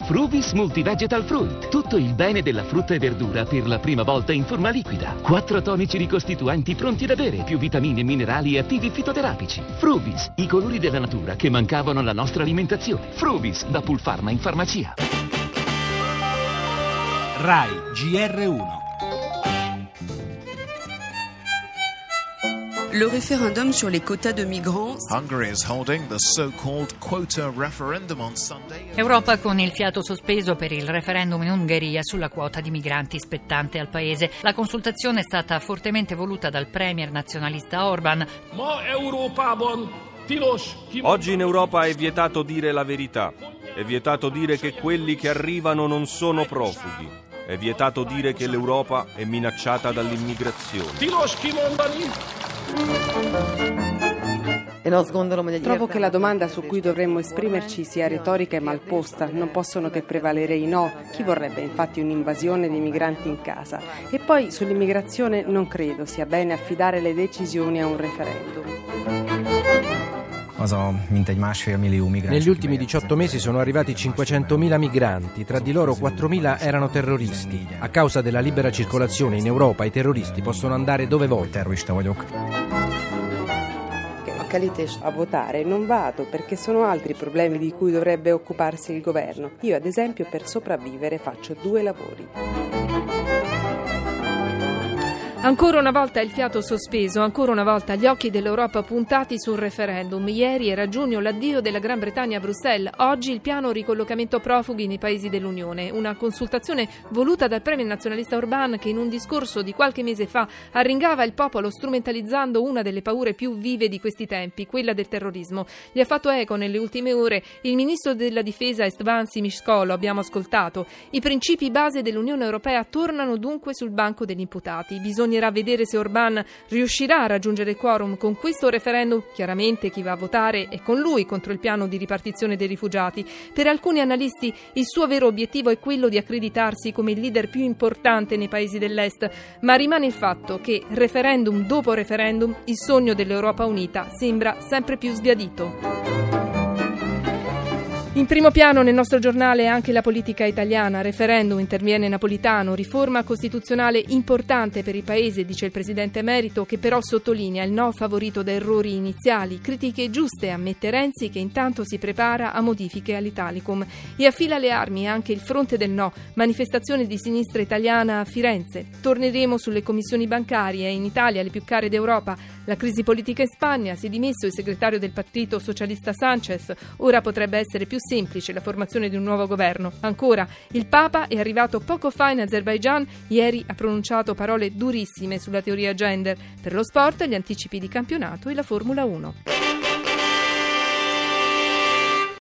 Fruvis Multivegetal Fruit. Tutto il bene della frutta e verdura per la prima volta in forma liquida. 4 tonici ricostituenti pronti da bere, più vitamine, minerali e attivi fitoterapici. Fruvis, i colori della natura che mancavano alla nostra alimentazione. Fruvis, da Pulpharma in farmacia. RAI GR1. Le référendum sur les quotas de migrants. Hungary is holding the so-called quota referendum on Sunday. Europa con il fiato sospeso per il referendum in Ungheria sulla quota di migranti spettante al paese. La consultazione è stata fortemente voluta dal premier nazionalista Orban. Oggi in Europa è vietato dire la verità. È vietato dire che quelli che arrivano non sono profughi. È vietato dire che l'Europa è minacciata dall'immigrazione. Trovo che la domanda su cui dovremmo esprimerci sia retorica e malposta. Non possono che prevalere i no. Chi vorrebbe infatti un'invasione di migranti in casa? E poi sull'immigrazione non credo sia bene affidare le decisioni a un referendum. Negli ultimi 18 mesi sono arrivati 500.000 migranti, tra di loro 4.000 erano terroristi. A causa della libera circolazione in Europa i terroristi possono andare dove vogliono. A votare non vado perché sono altri problemi di cui dovrebbe occuparsi il governo. Io ad esempio per sopravvivere faccio 2 lavori. Ancora una volta il fiato sospeso, ancora una volta gli occhi dell'Europa puntati sul referendum. Ieri era giugno l'addio della Gran Bretagna a Bruxelles, oggi il piano ricollocamento profughi nei paesi dell'Unione. Una consultazione voluta dal premier nazionalista Orban che in un discorso di qualche mese fa arringava il popolo strumentalizzando una delle paure più vive di questi tempi, quella del terrorismo. Gli ha fatto eco nelle ultime ore il ministro della difesa Estvan Simișko, lo abbiamo ascoltato. I principi base dell'Unione Europea tornano dunque sul banco degli imputati. Bisognerà vedere se Orban riuscirà a raggiungere il quorum con questo referendum. Chiaramente chi va a votare è con lui contro il piano di ripartizione dei rifugiati. Per alcuni analisti il suo vero obiettivo è quello di accreditarsi come il leader più importante nei paesi dell'Est, ma rimane il fatto che referendum dopo referendum il sogno dell'Europa unita sembra sempre più sbiadito. In primo piano nel nostro giornale anche la politica italiana. Referendum, interviene Napolitano, riforma costituzionale importante per il Paese, dice il Presidente emerito, che però sottolinea il no favorito da errori iniziali. Critiche giuste, ammette Renzi, che intanto si prepara a modifiche all'Italicum. E affila le armi anche il fronte del no, manifestazione di sinistra italiana a Firenze. Torneremo sulle commissioni bancarie, in Italia le più care d'Europa. La crisi politica in Spagna, si è dimesso il segretario del Partito Socialista Sánchez. Ora potrebbe essere più semplice la formazione di un nuovo governo. Ancora, il Papa è arrivato poco fa in Azerbaigian, ieri ha pronunciato parole durissime sulla teoria gender. Per lo sport, gli anticipi di campionato e la Formula 1.